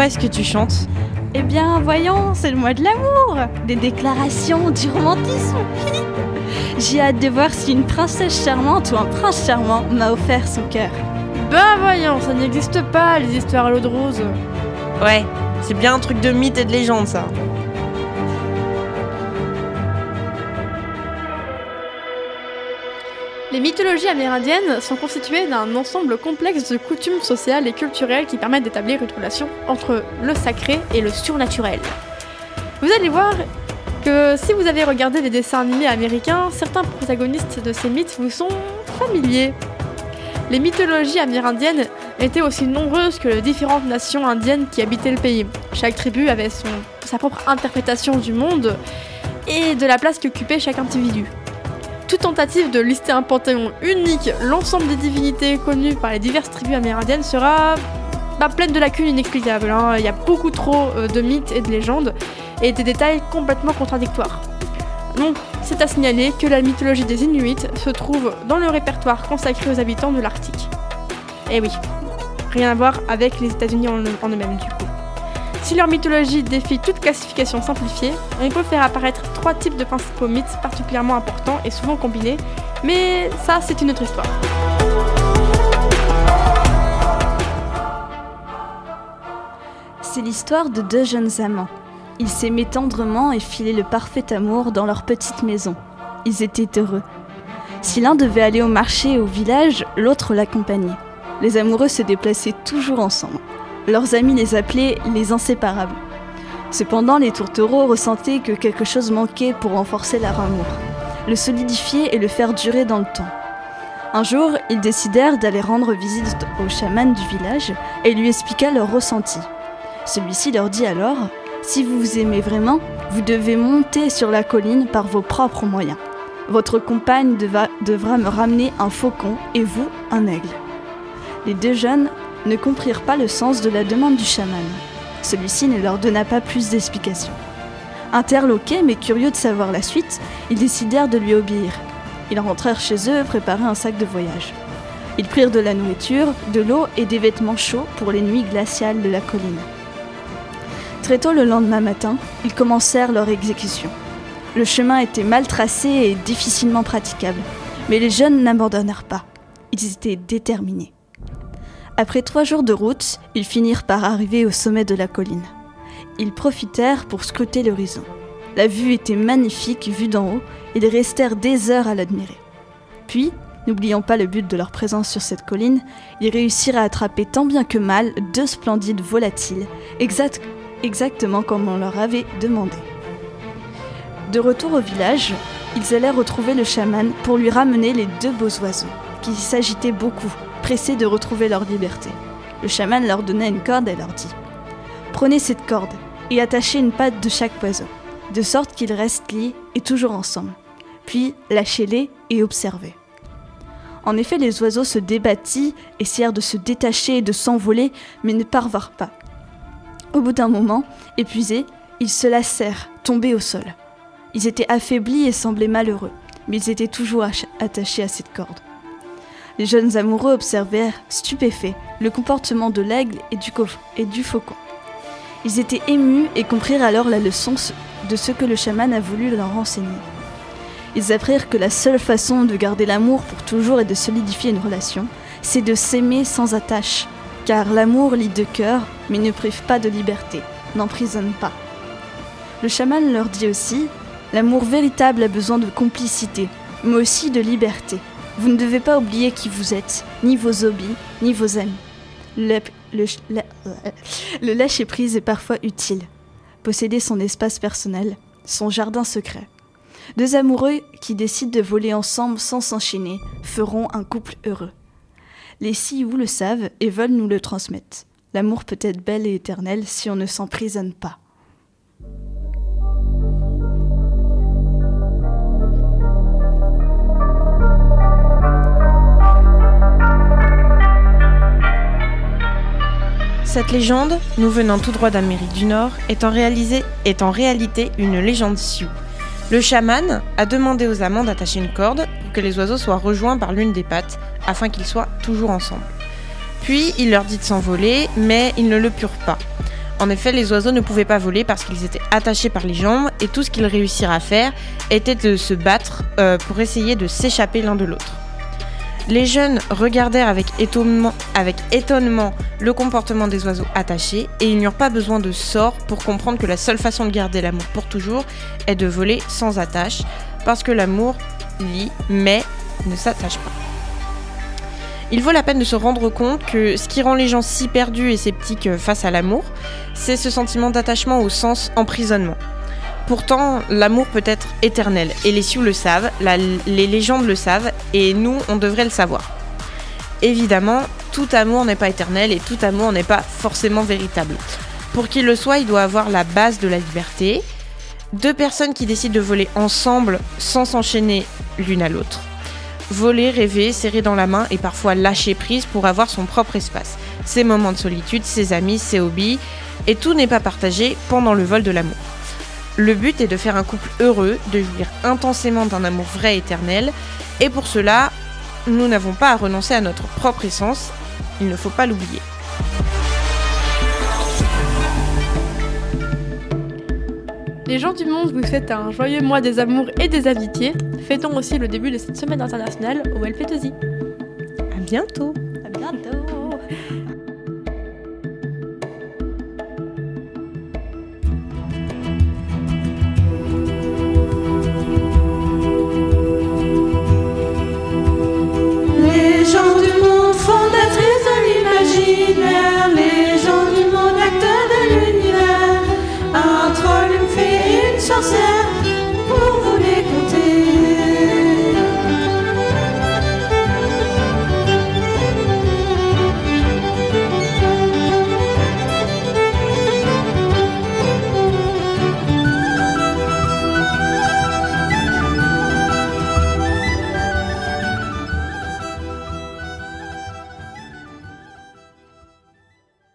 est-ce que tu chantes ? Eh bien, voyons, c'est le mois de l'amour, des déclarations, du romantisme. J'ai hâte de voir si une princesse charmante ou un prince charmant m'a offert son cœur. Ben voyons, ça n'existe pas, les histoires à l'eau de rose. Ouais, c'est bien un truc de mythe et de légende, ça. Les mythologies amérindiennes sont constituées d'un ensemble complexe de coutumes sociales et culturelles qui permettent d'établir une relation entre le sacré et le surnaturel. Vous allez voir que si vous avez regardé des dessins animés américains, certains protagonistes de ces mythes vous sont familiers. Les mythologies amérindiennes étaient aussi nombreuses que les différentes nations indiennes qui habitaient le pays. Chaque tribu avait sa propre interprétation du monde et de la place qu'occupait chaque individu. Toute tentative de lister un panthéon unique, l'ensemble des divinités connues par les diverses tribus amérindiennes sera pleine de lacunes inexplicables. Il y a beaucoup trop de mythes et de légendes et des détails complètement contradictoires. Donc, c'est à signaler que la mythologie des Inuits se trouve dans le répertoire consacré aux habitants de l'Arctique. Eh oui, rien à voir avec les États-Unis en eux-mêmes du coup. Si leur mythologie défie toute classification simplifiée, on peut faire apparaître 3 types de principaux mythes particulièrement importants et souvent combinés, mais ça c'est une autre histoire. C'est l'histoire de 2 jeunes amants. Ils s'aimaient tendrement et filaient le parfait amour dans leur petite maison. Ils étaient heureux. Si l'un devait aller au marché ou au village, l'autre l'accompagnait. Les amoureux se déplaçaient toujours ensemble. Leurs amis les appelaient les inséparables. Cependant, les tourtereaux ressentaient que quelque chose manquait pour renforcer leur amour, le solidifier et le faire durer dans le temps. Un jour, ils décidèrent d'aller rendre visite au chaman du village et lui expliqua leur ressenti. Celui-ci leur dit alors « Si vous vous aimez vraiment, vous devez monter sur la colline par vos propres moyens. Votre compagne devra me ramener un faucon et vous, un aigle. » Les 2 jeunes ne comprirent pas le sens de la demande du chaman. Celui-ci ne leur donna pas plus d'explications. Interloqués mais curieux de savoir la suite, ils décidèrent de lui obéir. Ils rentrèrent chez eux et préparèrent un sac de voyage. Ils prirent de la nourriture, de l'eau et des vêtements chauds pour les nuits glaciales de la colline. Très tôt le lendemain matin, ils commencèrent leur exécution. Le chemin était mal tracé et difficilement praticable, mais les jeunes n'abandonnèrent pas. Ils étaient déterminés. Après 3 jours de route, ils finirent par arriver au sommet de la colline. Ils profitèrent pour scruter l'horizon. La vue était magnifique vue d'en haut, ils restèrent des heures à l'admirer. Puis, n'oubliant pas le but de leur présence sur cette colline, ils réussirent à attraper tant bien que mal 2 splendides volatiles, exactement comme on leur avait demandé. De retour au village, ils allèrent retrouver le chaman pour lui ramener les 2 beaux oiseaux, qui s'agitaient beaucoup, pressés de retrouver leur liberté. Le chaman leur donna une corde et leur dit « Prenez cette corde et attachez une patte de chaque oiseau, de sorte qu'ils restent liés et toujours ensemble. Puis lâchez-les et observez. » En effet, les oiseaux se débattirent, essayèrent de se détacher et de s'envoler, mais ne parvinrent pas. Au bout d'un moment, épuisés, ils se lassèrent, tombés au sol. Ils étaient affaiblis et semblaient malheureux, mais ils étaient toujours attachés à cette corde. Les jeunes amoureux observèrent, stupéfaits, le comportement de l'aigle et du faucon. Ils étaient émus et comprirent alors la leçon de ce que le chaman a voulu leur enseigner. Ils apprirent que la seule façon de garder l'amour pour toujours et de solidifier une relation, c'est de s'aimer sans attache, car l'amour lie 2 cœurs, mais ne prive pas de liberté, n'emprisonne pas. Le chaman leur dit aussi, l'amour véritable a besoin de complicité, mais aussi de liberté. Vous ne devez pas oublier qui vous êtes, ni vos hobbies, ni vos amis. Le lâcher-prise est parfois utile. Posséder son espace personnel, son jardin secret. 2 amoureux qui décident de voler ensemble sans s'enchaîner feront un couple heureux. Les Sioux le savent et veulent nous le transmettre. L'amour peut être bel et éternel si on ne s'emprisonne pas. Cette légende, nous venant tout droit d'Amérique du Nord, est en réalité une légende Sioux. Le chaman a demandé aux amants d'attacher une corde pour que les oiseaux soient rejoints par l'une des pattes, afin qu'ils soient toujours ensemble. Puis il leur dit de s'envoler, mais ils ne le purent pas. En effet, les oiseaux ne pouvaient pas voler parce qu'ils étaient attachés par les jambes et tout ce qu'ils réussirent à faire était de se battre pour essayer de s'échapper l'un de l'autre. Les jeunes regardèrent avec étonnement le comportement des oiseaux attachés et ils n'eurent pas besoin de sort pour comprendre que la seule façon de garder l'amour pour toujours est de voler sans attache parce que l'amour lie mais ne s'attache pas. Il vaut la peine de se rendre compte que ce qui rend les gens si perdus et sceptiques face à l'amour, c'est ce sentiment d'attachement au sens emprisonnement. Pourtant, l'amour peut être éternel, et les Sioux le savent, les légendes le savent, et nous, on devrait le savoir. Évidemment, tout amour n'est pas éternel, et tout amour n'est pas forcément véritable. Pour qu'il le soit, il doit avoir la base de la liberté. 2 personnes qui décident de voler ensemble sans s'enchaîner l'une à l'autre. Voler, rêver, serrer dans la main et parfois lâcher prise pour avoir son propre espace. Ses moments de solitude, ses amis, ses hobbies, et tout n'est pas partagé pendant le vol de l'amour. Le but est de faire un couple heureux, de jouir intensément d'un amour vrai et éternel, et pour cela, nous n'avons pas à renoncer à notre propre essence, il ne faut pas l'oublier. Les gens du monde vous souhaitent un joyeux mois des amours et des amitiés. Fêtons aussi le début de cette semaine internationale au LP2I. À bientôt. À bientôt.